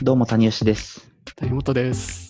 どうも谷吉です。 谷本です。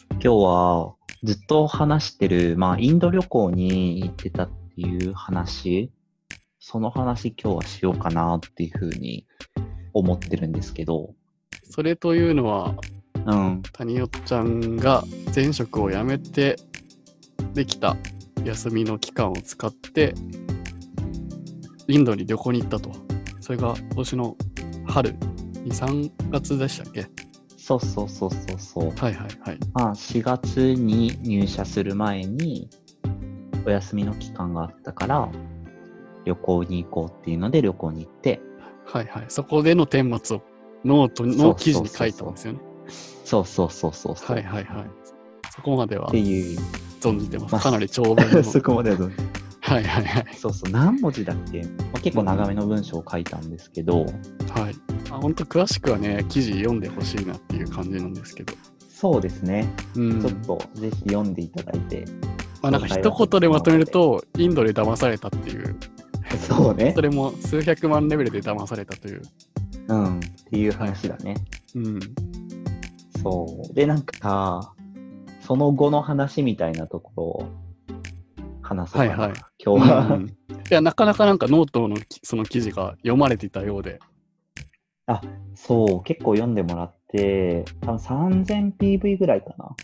今日はずっと話してる、インド旅行に行ってたっていう話、その話今日はしようかなっていうふうに思ってるんですけど、 それというのは、 うん、 谷よっちゃんが前職を辞めてできた休みの期間を使ってインドに旅行に行ったと。それが今年の春2、3月でしたっけ？ そう。 はいはいはい。 4月に入社する前にお休みの期間があったから旅行に行こうっていうので旅行に行って、 はいはい。そこでの顛末をノートの記事に書いたんですよね。 そう。 はいはいはい。そこまではっていう、 存じてます。かなり長文の。 そこまではどうはいはいはい。 何文字だっけ、結構長めの文章を書いたんですけど、 はい。本当詳しくはね、記事読んでほしいなっていう感じなんですけど。 そうですね、 ちょちょっとぜひ読んでいただいて。 なんか一言でまとめると、インドで騙されたっていう。 そうね。 それも数百万レベルで騙されたという。 っていう話だね。そう。で、その後の話みたいなところを話そうかな、今日は。 いや、なかなかノートのその記事が読まれていたようで。 そう、結構読んでもらって、多分 3000PV ぐらいかな。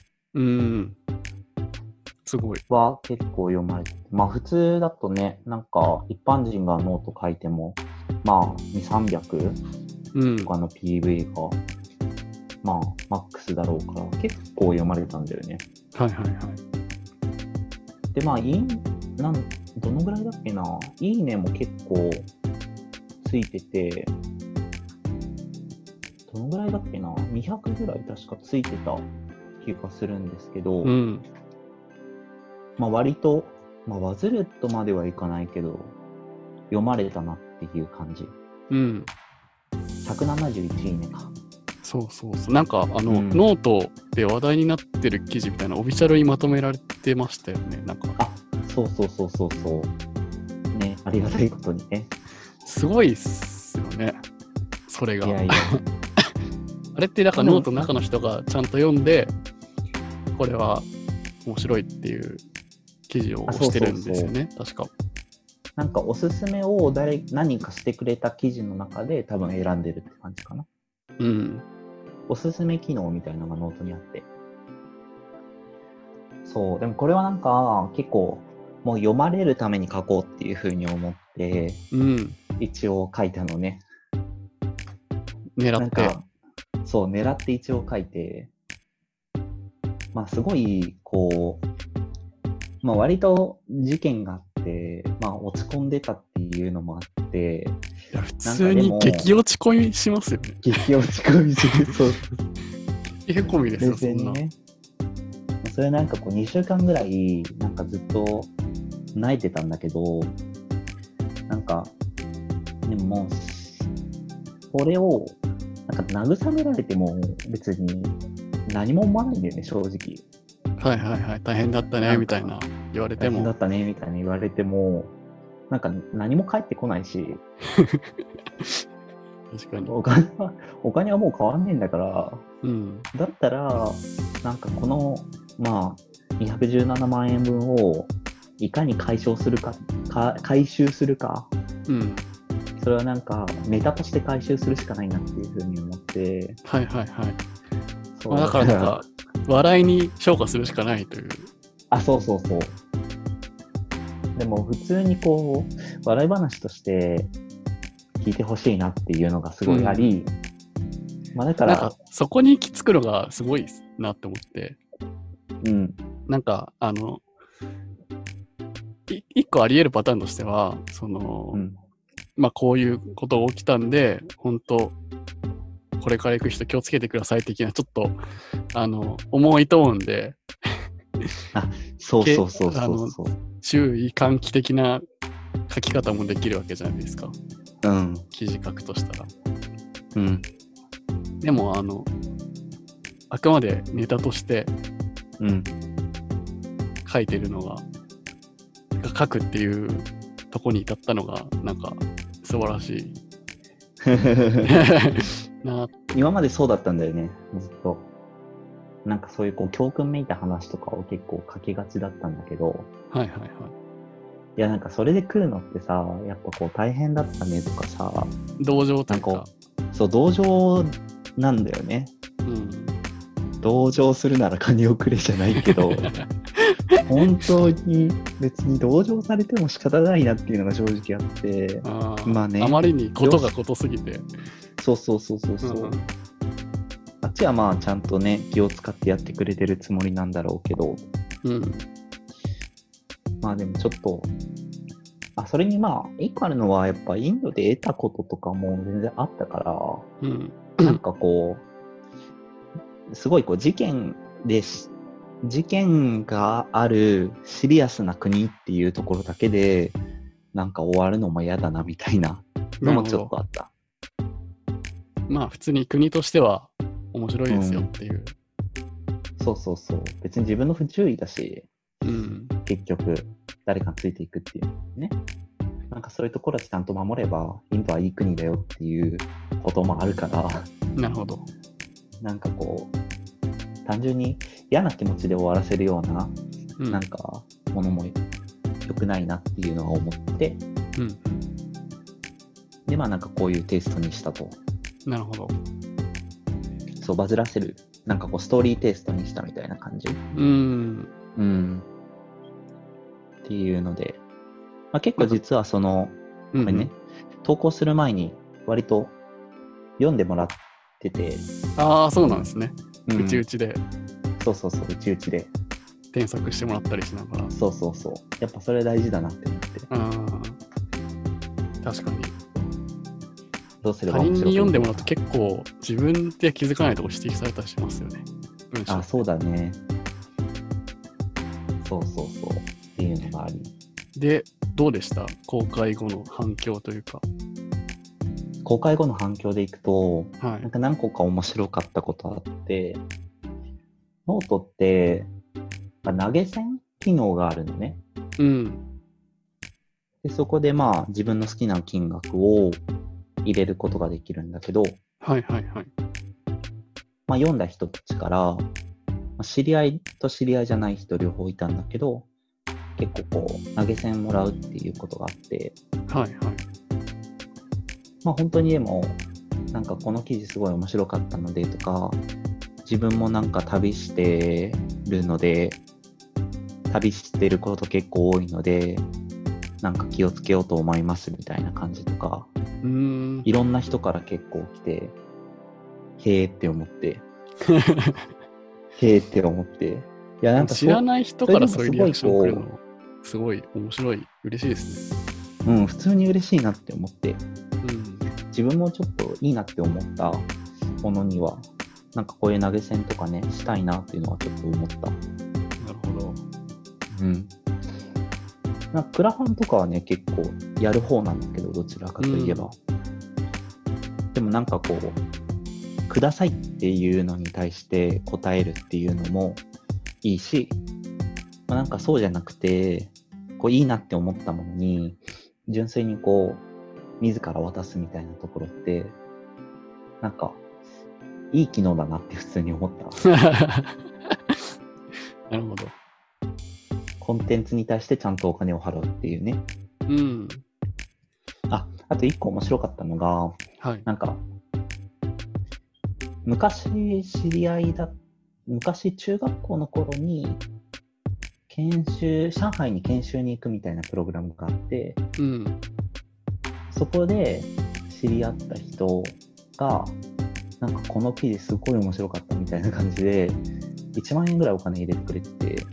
すごい。 は結構読まれてて、普通だとね、一般人がノート書いても、2、300とかの PV が、マックスだろうから、結構読まれたんだよね。 はいはいはい。 で、どのぐらいだっけな、いいねも結構ついてて、どのぐらいだっけな、200ぐらい確かついてた気がするんですけど、割と、バズるとまではいかないけど、読まれたなっていう感じ。171いいねか。 そう。ノートで話題になってる記事みたいなオフィシャルにまとめられてましたよね。 そう。ね、ありがたいことにね。 すごいっすよね、それが。 いやあれってノートの中の人がちゃんと読んで、これは面白いっていう記事をしてるんですよね、確か。 おすすめを何かしてくれた記事の中で多分選んでるって感じかな。おすすめ機能みたいなのがノートにあって。そう、でもこれは結構もう読まれるために書こうっていうふうに思って、一応書いたのね。 狙って一応書いて、すごい割と事件があって、落ち込んでたっていうのもあって、 いや普通に激落ち込みしますよね。 激落ち込みする。そう。 へこみですよ、そんな。 それ2週間ぐらいずっと泣いてたんだけど、でももうこれを慰められても別に何も思わないんだよね、正直。 大変だったねみたいな言われても。 大変だったねみたいな言われても、何も返ってこないし。 確かに。 お金はもう変わんねえんだから、だったらこの217万円分をいかに回収するか、それはネタとして回収するしかないなっていうふうに思って。 だから笑いに昇華するしかないという。 そう。でも普通に笑い話として聞いてほしいなっていうのがすごいあり、だからそこに行き着くのがすごいなって思って。一個あり得るパターンとしては、こういうことが起きたんで、本当これから行く人気をつけてください的なちょっと重いトーンでそう注意喚起的な書き方もできるわけじゃないですか。記事書くとしたら。でもあくまでネタとして書いてるのが書くっていうとこに至ったのが素晴らしいな。 今までそうだったんだよね、ずっと。なんかそういうこう教訓めいた話とかを結構書きがちだったんだけど、 はいはいはい。 いやなんかそれで来るのってさ、やっぱこう大変だったねとかさ、 同情というか。 なんかそう同情なんだよね。 うん。 同情するなら金をくれじゃないけど、本当に別に同情されても仕方ないなっていうのが正直あって、まあね。 あまりにことがことすぎて。 そうそうそうそうそう。あっちはまあちゃんとね気を使ってやってくれてるつもりなんだろうけど、まあでもちょっとそれにまあ一個あるのはやっぱインドで得たこととかも全然あったから、なんかこうすごいこう事件があるシリアスな国っていうところだけでなんか終わるのも嫌だなみたいなのもちょっとあった。 まあ普通に国としては面白いですよっていう。 そうそうそう。別に自分の不注意だし、結局誰かについていくっていうね。なんかそういうところはちゃんと守ればインドはいい国だよっていうこともあるから。 なるほど。 なんかこう単純に嫌な気持ちで終わらせるような、なんかものも良くないなっていうのは思って、でまあなんかこういうテイストにしたと。 なるほど。 そうバズらせるなんかこうストーリーテイストにしたみたいな感じ。っていうので、まあ、結構実はそのこれね、投稿する前に割と読んでもらってて。 ああそうなんですね。うちうちで。 そうそうそううちうちで添削してもらったりしながら。 そうそうそう。やっぱそれ大事だなって思って。 確かに。 どうすれば他人に読んでもらうと結構自分で気づかないとこ指摘されたりしますよね。 そうだね。そうそうそうっていうのがあり。 でどうでした公開後の反響というか。 公開後の反響でいくと、なんか何個か面白かったことあって、ノートって投げ銭機能があるのね。でそこでまあ自分の好きな金額を入れることができるんだけど、まあ、読んだ人たちから、知り合いと知り合いじゃない人両方いたんだけど、結構こう投げ銭もらうっていうことがあって、まあ本当にでもなんかこの記事すごい面白かったのでとか、自分もなんか旅してるので旅してること結構多いのでなんか気をつけようと思いますみたいな感じとか、いろんな人から結構来て、へーって思ってへーって思って、いやなんか知らない人からそういうリアクション来るのすごい面白い、嬉しいですね。普通に嬉しいなって思って、自分もちょっといいなって思ったものにはなんかこういう投げ銭とかねしたいなっていうのはちょっと思った。 なるほど。 なんかクラファンとかはね結構やる方なんだけど、どちらかといえば、でもなんかこうくださいっていうのに対して答えるっていうのもいいし、なんかそうじゃなくてこういいなって思ったものに純粋にこう自ら渡すみたいなところってなんかいい機能だなって普通に思ったなるほど。 コンテンツに対してちゃんとお金を払うっていうね。あと一個面白かったのが、なんか昔中学校の頃に上海に研修に行くみたいなプログラムがあって、そこで知り合った人がなんかこの記事すごい面白かったみたいな感じで1万円ぐらいお金入れてくれてて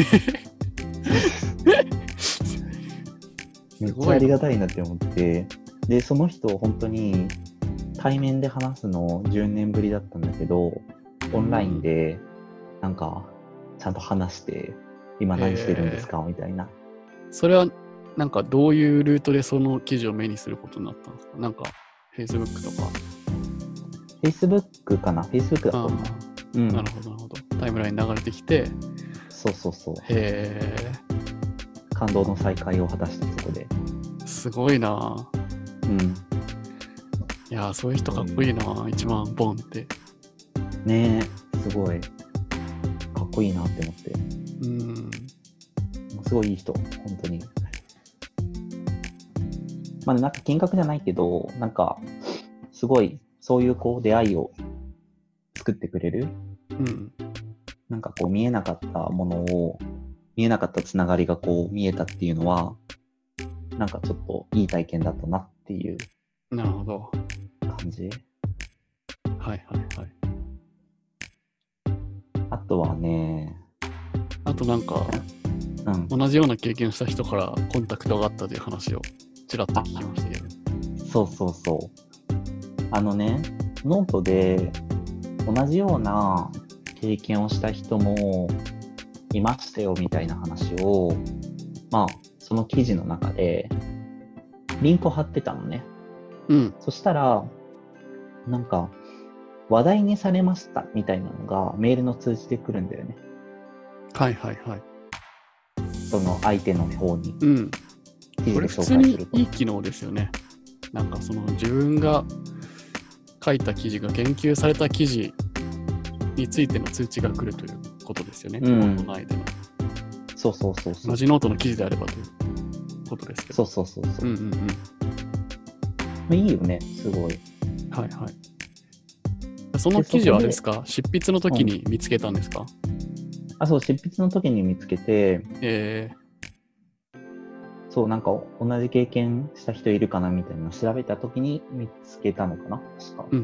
めっちゃありがたいなって思って、でその人本当に対面で話すの10年ぶりだったんだけど、オンラインでなんかちゃんと話して今何してるんですかみたいな。 それはなんかどういうルートでその記事を目にすることになったんですか？なんか Facebook とか。 Facebook かな？ Facebook だと思う。 なるほどなるほど。タイムライン流れてきて。 そうそうそう。 感動の再会を果たしてそこで。 すごいな。 いやー、そういう人かっこいいな、一番ボンって。 ねえ、すごい、かっこいいなって思って。すごいいい人、本当に。まあ、なんか金額じゃないけど、なんか、すごい、そういうこう、出会いを作ってくれる。なんかこう、見えなかったものを、見えなかったつながりがこう、見えたっていうのは、なんかちょっといい体験だったなっていう。 なるほど。 感じ。 はいはいはい。 あとはね、 あとなんか、同じような経験した人からコンタクトがあったという話をちらっと聞きましたけど。 そうそうそう。ノートで同じような経験をした人もいましたよみたいな話を、まあ、その記事の中でリンクを貼ってたのね。そしたら、なんか、話題にされましたみたいなのがメールの通知で来るんだよね。 はいはいはい。 その相手の方に。 これ普通にいい機能ですよね。なんかその自分が書いた記事が言及された記事についての通知が来るということですよね。ノート内での。 そうそうそうそう。 同じノートの記事であればということですけど。 そうそうそうそう。いいよね、すごい。 はいはい。その記事はあれですか、執筆の時に見つけたんですか？ そう、執筆の時に見つけて、そう、なんか同じ経験した人いるかなみたいなのを調べた時に見つけたのかな、確か。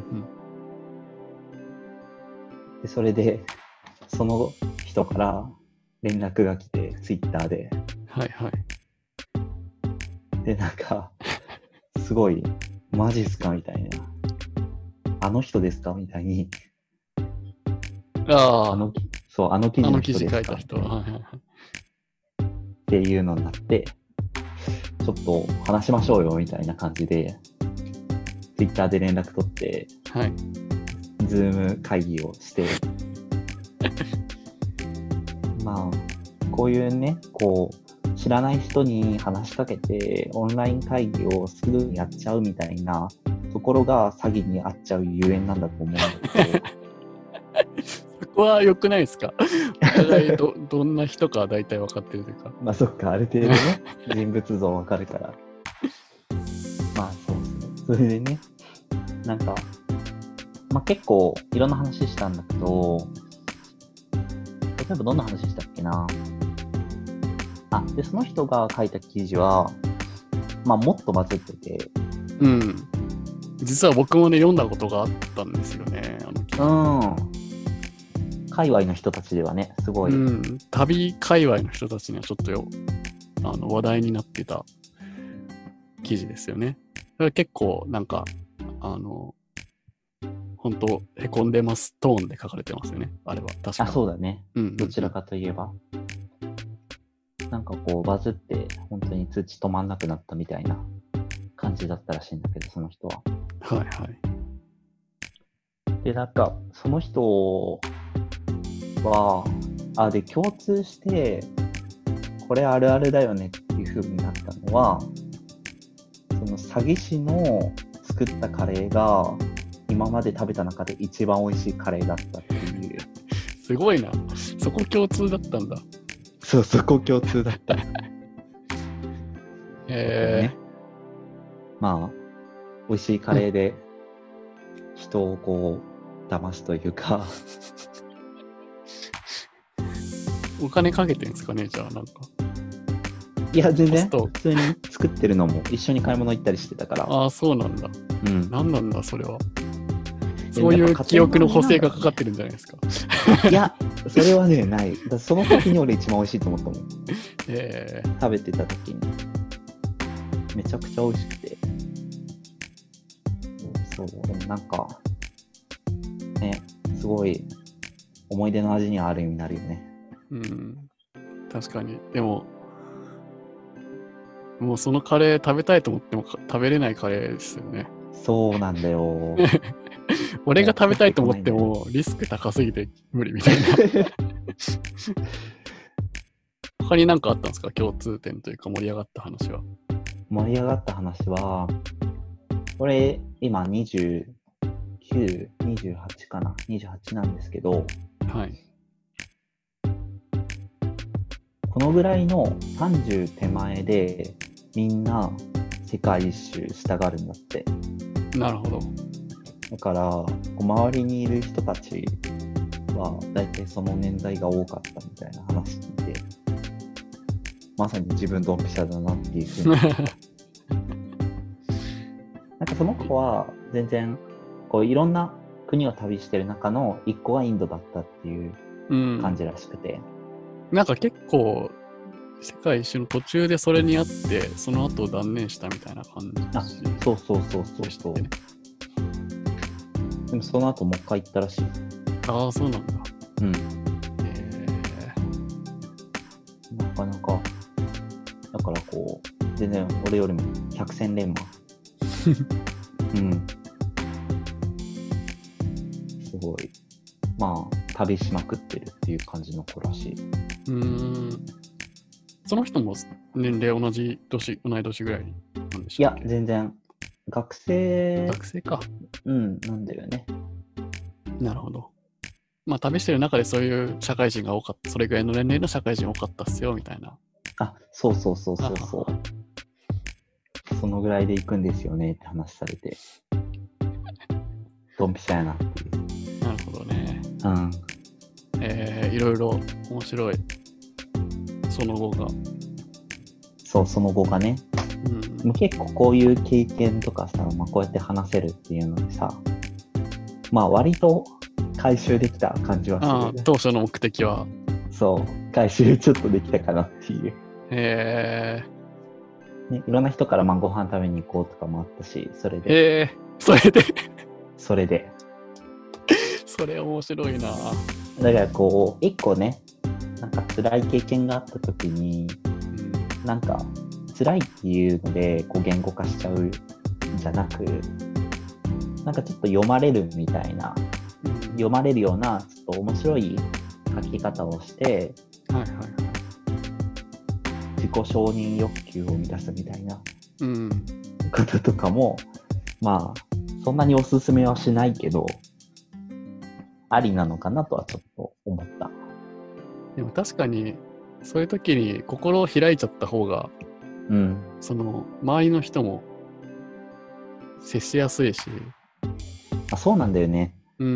で、それで、その人から連絡が来て、ツイッターで。 はいはい。 で、なんか、すごい、マジっすかみたいな。あの人ですかみたいに。 あの記事の人ですか、書いた人は。 っていうのになって、ちょっと話しましょうよみたいな感じで、ツイッターで連絡取って、ズーム会議をして、まあ、こういうね、こう、知らない人に話しかけて、オンライン会議をすぐにやっちゃうみたいなところが詐欺に遭っちゃうゆえんなんだと思うんだけど。 そこは良くないですか？お互いどんな人か大体分かってるというか。 まあそっか、ある程度ね、人物像分かるから。まあそうそう。それでね、なんか、まあ結構いろんな話したんだけど、例えばどんな話したっけな。で、その人が書いた記事は、まあもっとバズってて。 実は僕もね、読んだことがあったんですよね、 界隈の人たちではね、すごい。 旅界隈の人たちにはちょっと話題になってた記事ですよね。それは結構なんか、本当へこんでますトーンで書かれてますよね、あれは。確かに。 そうだね。どちらかといえば。なんかこう、バズって、本当に通知止まんなくなったみたいな感じだったらしいんだけど、その人は。 はいはい。 で、なんか、その人は、で、共通して、これあるあるだよねっていう風になったのは、その詐欺師の作ったカレーが、今まで食べた中で一番美味しいカレーだったっていう。 すごいな。そこ共通だったんだ。 そう、そこ共通だった。まあ、美味しいカレーで人をこう、騙すというか。 お金かけてんですかね、じゃあなんか。 いや、全然、普通に作ってるのも一緒に買い物行ったりしてたから。 そうなんだ。何なんだ、それは。そういう記憶の補正がかかってるんじゃないですか。 いや、それはね、ない。その時に俺一番美味しいと思ったもん。食べてた時に。めちゃくちゃ美味しくて。そう、でもなんか、ね、すごい思い出の味にはある意味なるよね。 確かに。でも、もうそのカレー食べたいと思っても食べれないカレーですよね。 そうなんだよ。 俺が食べたいと思ってもリスク高すぎて無理みたいな。他に何かあったんですか？共通点というか盛り上がった話は。 盛り上がった話は、 俺、今29、28かな ?28 なんですけど、 はい。 このぐらいの30手前でみんな世界一周したがるんだって。 なるほど。 だからこう周りにいる人たちは大体その年代が多かったみたいな話聞いて、まさに自分ドンピシャだなっていうふうになんかその子は全然こういろんな国を旅してる中の一個がインドだったっていう感じらしくて、 なんか結構世界一周の途中でそれにあってその後断念したみたいな感じ。 あ、そうそうそうそうそう。でもその後もう一回行ったらしい。 ああ、そうなんだ。 うん。なかなか、だからこう、全然俺よりも百戦錬磨。うん。すごい。まあ、旅しまくってるっていう感じの子らしい。 その人も年齢同い年ぐらいなんでしょうか？いや、 全然。学生か。 うん、なんだよね。 なるほど。まあ、旅してる中でそういう社会人が多かった、それぐらいの年齢の社会人多かったっすよ、みたいな。 あ、そうそうそうそうそう。そのぐらいで行くんですよねって話されて。ドンピシャやなっていう。 なるほどね。 うん。 いろいろ面白い。その後が。 そう、その後がね。うん、結構こういう経験とかさ、まあ、こうやって話せるっていうのでさ、まあ割と回収できた感じはする。 当初の目的は。 そう、回収ちょっとできたかなっていう。 ね、 いろんな人からまあご飯食べに行こうとかもあったし、それで。 それでそれで。 それ面白いな。 だからこう、一個ね、なんか辛い経験があった時に、なんか辛いっていうのでこう言語化しちゃうんじゃなく、なんかちょっと読まれるみたいな、読まれるようなちょっと面白い書き方をして、自己承認欲求を満たすみたいなこととかも、まあそんなにおすすめはしないけど、ありなのかなとはちょっと思った。 でも確かにそういう時に心を開いちゃった方が、その周りの人も接しやすいし。 そうなんだよね。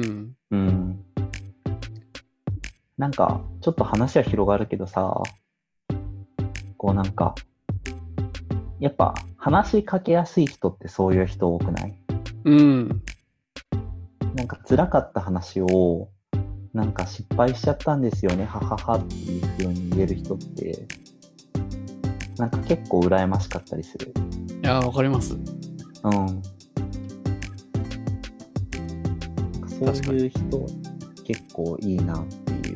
なんかちょっと話は広がるけどさ、こうなんかやっぱ話しかけやすい人ってそういう人多くない？なんか辛かった話をなんか失敗しちゃったんですよね、はははっていう風に言える人ってなんか結構羨ましかったりする。 いや、わかります。 そういう人結構いいなっていう。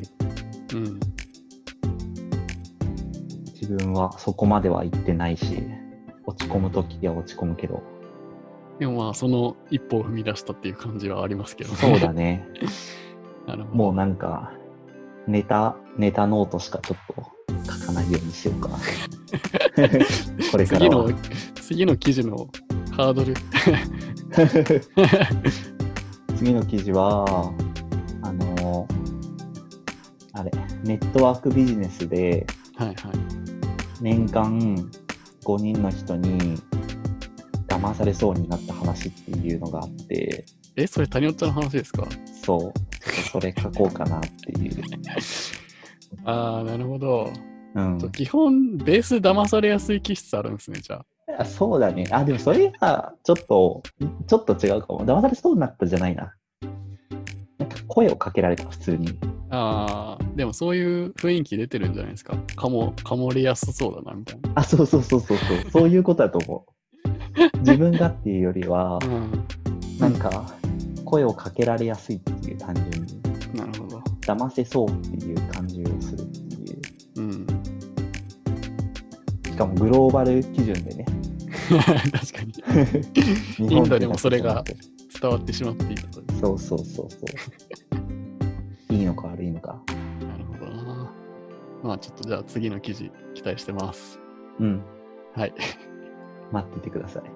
自分はそこまでは行ってないし、落ち込む時は落ち込むけど。 でもまあその一歩を踏み出したっていう感じはありますけどね。 そうだね。 なるほど。 もうなんかネタノートしかちょっと書かないようにしようかな。これからは。 次の記事のハードル。 次の記事はあれネットワークビジネスで年間5人の人に騙されそうになった話っていうのがあって。 それ谷尾ちゃんの話ですか？ そう、それ書こうかなっていう。 ああ、なるほど。基本ベース騙されやすい気質あるんですね、じゃあ。そうだね。でもそれがちょっと違うかも。騙されそうになったじゃないな。なんか声をかけられた、普通に。 でもそういう雰囲気出てるんじゃないですか。かもりやすそうだなみたいな。 そうそういうことだと思う。自分がっていうよりは、なんか声をかけられやすいっていう単純に。 なるほど。 騙せそうっていう感じをするっていう。しかもグローバル基準でね。 確かに。インドでもそれが伝わってしまっていたという。 そう。いいのか悪いのか。 なるほどな。まあちょっとじゃあ次の記事期待してます。 はい。 待っててください。